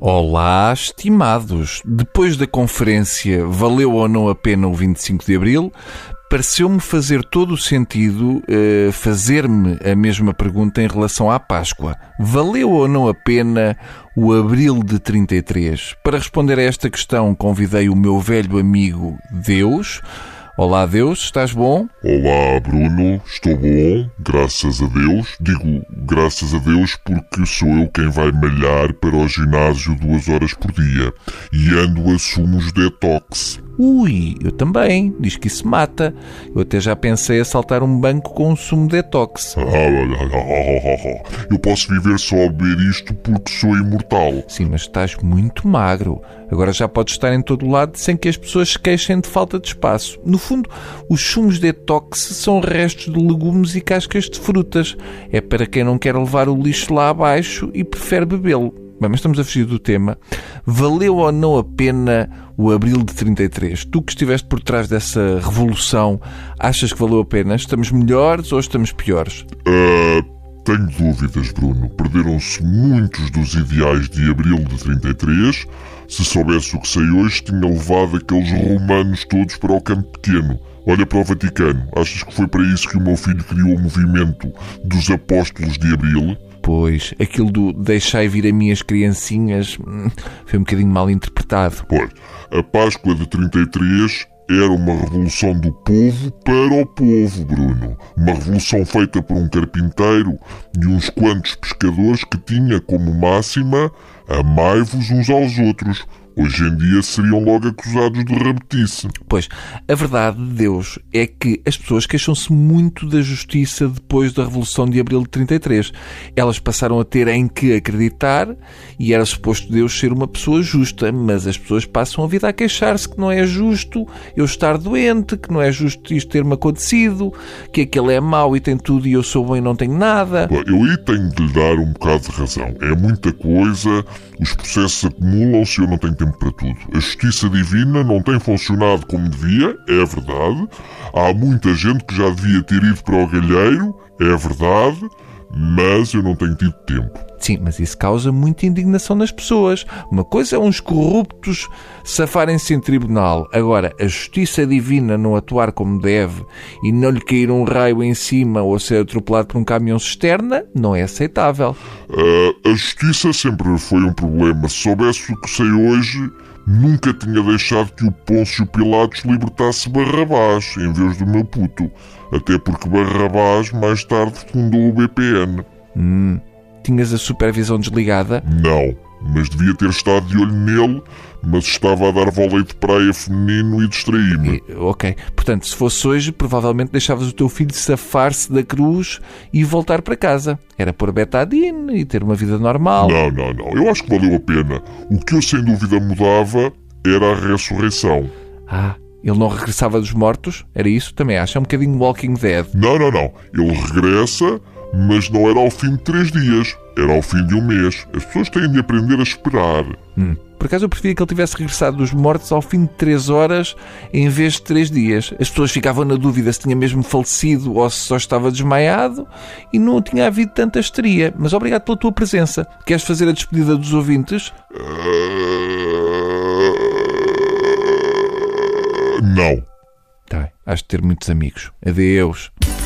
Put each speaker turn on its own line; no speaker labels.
Olá, estimados! Depois da conferência Valeu ou não a pena o 25 de Abril, pareceu-me fazer todo o sentido fazer-me a mesma pergunta em relação à Páscoa. Valeu ou não a pena o Abril de 33? Para responder a esta questão, convidei o meu velho amigo Deus. Olá, Deus, estás bom?
Olá, Bruno, estou bom, graças a Deus. Digo graças a Deus porque sou eu quem vai malhar para o ginásio 2 horas por dia e ando a sumos detox.
Ui, eu também. Diz que isso mata. Eu até já pensei em assaltar um banco com um sumo detox.
Eu posso viver só a beber isto porque sou imortal.
Sim, mas estás muito magro. Agora já podes estar em todo o lado sem que as pessoas se queixem de falta de espaço. No fundo, os sumos detox são restos de legumes e cascas de frutas. É para quem não quer levar o lixo lá abaixo e prefere bebê-lo. Bem, mas estamos a fugir do tema. Valeu ou não a pena o Abril de 33? Tu que estiveste por trás dessa revolução, achas que valeu a pena? Estamos melhores ou estamos piores?
Tenho dúvidas, Bruno. Perderam-se muitos dos ideais de Abril de 33. Se soubesse o que sei hoje, tinha levado aqueles romanos todos para o campo pequeno. Olha para o Vaticano. Achas que foi para isso que o meu filho criou o movimento dos Apóstolos de Abril?
Pois, aquilo do deixai vir a mim as criancinhas foi um bocadinho mal interpretado.
Pois, a Páscoa de 33 era uma revolução do povo para o povo, Bruno. Uma revolução feita por um carpinteiro e uns quantos pescadores que tinha como máxima amai-vos uns aos outros. Hoje em dia seriam logo acusados de rabetice.
Pois, a verdade de Deus é que as pessoas queixam-se muito da justiça depois da Revolução de Abril de 33. Elas passaram a ter em que acreditar e era suposto Deus ser uma pessoa justa, mas as pessoas passam a vida a queixar-se que não é justo eu estar doente, que não é justo isto ter-me acontecido, que aquele é mau e tem tudo e eu sou bom e não tenho nada.
Bom, eu aí tenho de lhe dar um bocado de razão. É muita coisa, os processos acumulam-se e eu não tenho tempo para tudo. A justiça divina não tem funcionado como devia, é verdade. Há muita gente que já devia ter ido para o galheiro, é verdade, mas eu não tenho tido tempo.
Sim, mas isso causa muita indignação nas pessoas. Uma coisa é uns corruptos safarem-se em tribunal. Agora, a justiça divina não atuar como deve e não lhe cair um raio em cima ou ser atropelado por um caminhão cisterna, não é aceitável.
A justiça sempre foi um problema. Se soubesse o que sei hoje, nunca tinha deixado que o Pôncio Pilatos libertasse Barrabás em vez do meu puto. Até porque Barrabás mais tarde fundou o BPN.
Tinhas a supervisão desligada?
Não, mas devia ter estado de olho nele, mas estava a dar vôlei de praia feminino e distraí-me.
Ok, portanto, se fosse hoje, provavelmente deixavas o teu filho safar-se da cruz e voltar para casa. Era pôr betadine e ter uma vida normal.
Não, eu acho que valeu a pena. O que eu sem dúvida mudava era a ressurreição.
Ele não regressava dos mortos? Era isso? Também acha? É um bocadinho Walking Dead.
Não. Ele regressa, mas não era ao fim de 3 dias. Era ao fim de 1 mês. As pessoas têm de aprender a esperar.
Por acaso eu preferia que ele tivesse regressado dos mortos ao fim de 3 horas em vez de 3 dias. As pessoas ficavam na dúvida se tinha mesmo falecido ou se só estava desmaiado e não tinha havido tanta histeria. Mas obrigado pela tua presença. Queres fazer a despedida dos ouvintes?
Não.
Tá, has de ter muitos amigos. Adeus.